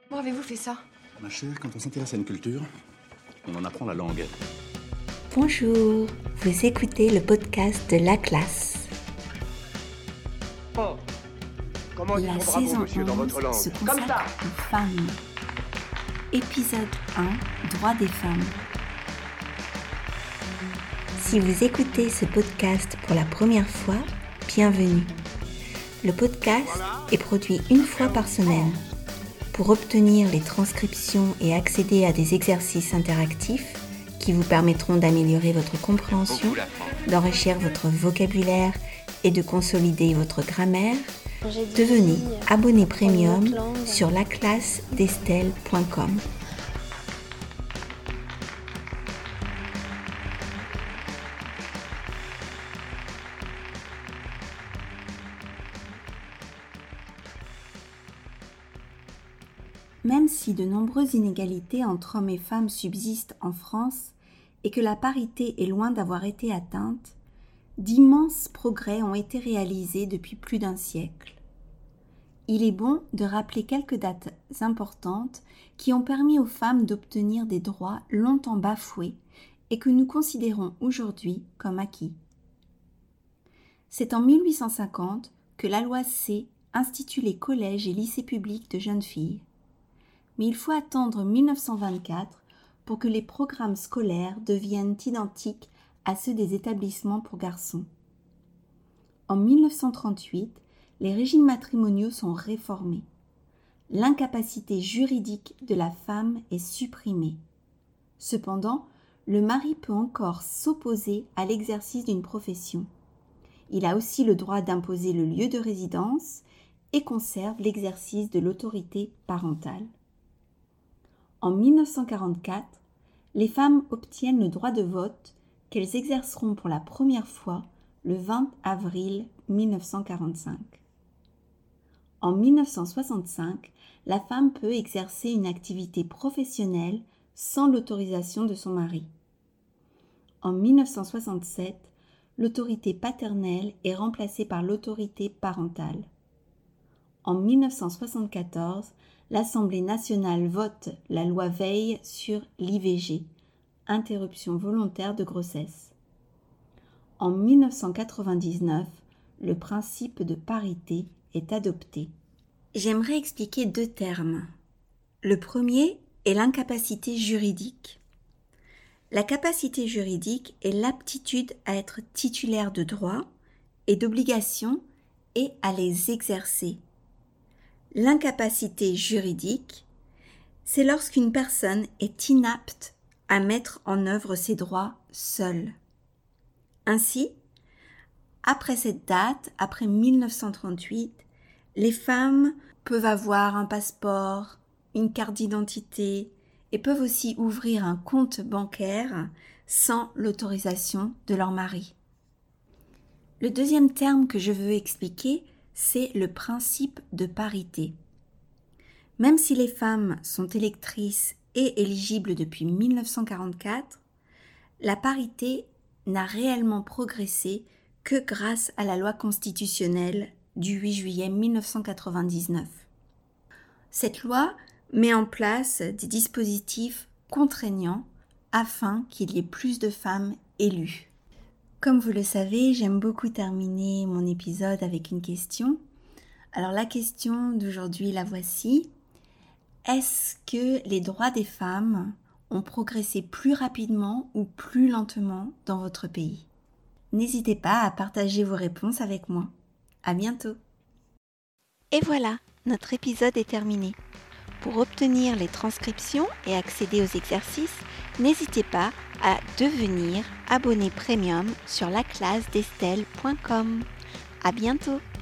Comment avez-vous fait ça? Ma chère, quand on s'intéresse à une culture, on en apprend la langue. Bonjour, vous écoutez le podcast de La Classe. Oh. Comment La dit-on bravo, saison monsieur, dans 11 votre langue? se Comme consacre ça. aux femmes. Épisode 1, Droits des femmes. Si vous écoutez ce podcast pour la première fois, bienvenue. Le podcast est produit une fois par semaine. Pour obtenir les transcriptions et accéder à des exercices interactifs qui vous permettront d'améliorer votre compréhension, d'enrichir votre vocabulaire et de consolider votre grammaire, devenez abonné premium sur laclassedestelle.com. Même si de nombreuses inégalités entre hommes et femmes subsistent en France et que la parité est loin d'avoir été atteinte, d'immenses progrès ont été réalisés depuis plus d'un siècle. Il est bon de rappeler quelques dates importantes qui ont permis aux femmes d'obtenir des droits longtemps bafoués et que nous considérons aujourd'hui comme acquis. C'est en 1850 que la loi C institue les collèges et lycées publics de jeunes filles. Mais il faut attendre 1924 pour que les programmes scolaires deviennent identiques à ceux des établissements pour garçons. En 1938, les régimes matrimoniaux sont réformés. L'incapacité juridique de la femme est supprimée. Cependant, le mari peut encore s'opposer à l'exercice d'une profession. Il a aussi le droit d'imposer le lieu de résidence et conserve l'exercice de l'autorité parentale. En 1944, les femmes obtiennent le droit de vote qu'elles exerceront pour la première fois le 20 avril 1945. En 1965, la femme peut exercer une activité professionnelle sans l'autorisation de son mari. En 1967, l'autorité paternelle est remplacée par l'autorité parentale. En 1974, l'Assemblée nationale vote la loi Veil sur l'IVG, interruption volontaire de grossesse. En 1999, le principe de parité est adopté. J'aimerais expliquer deux termes. Le premier est l'incapacité juridique. La capacité juridique est l'aptitude à être titulaire de droits et d'obligations et à les exercer. L'incapacité juridique, c'est lorsqu'une personne est inapte à mettre en œuvre ses droits seule. Ainsi, après cette date, après 1938, les femmes peuvent avoir un passeport, une carte d'identité et peuvent aussi ouvrir un compte bancaire sans l'autorisation de leur mari. Le deuxième terme que je veux expliquer, c'est le principe de parité. Même si les femmes sont électrices et éligibles depuis 1944, la parité n'a réellement progressé que grâce à la loi constitutionnelle du 8 juillet 1999. Cette loi met en place des dispositifs contraignants afin qu'il y ait plus de femmes élues. Comme vous le savez, j'aime beaucoup terminer mon épisode avec une question. Alors la question d'aujourd'hui, la voici. Est-ce que les droits des femmes ont progressé plus rapidement ou plus lentement dans votre pays? N'hésitez pas à partager vos réponses avec moi. À bientôt. Et voilà, notre épisode est terminé. Pour obtenir les transcriptions et accéder aux exercices, n'hésitez pas à devenir abonné premium sur laclassedestelle.com. À bientôt.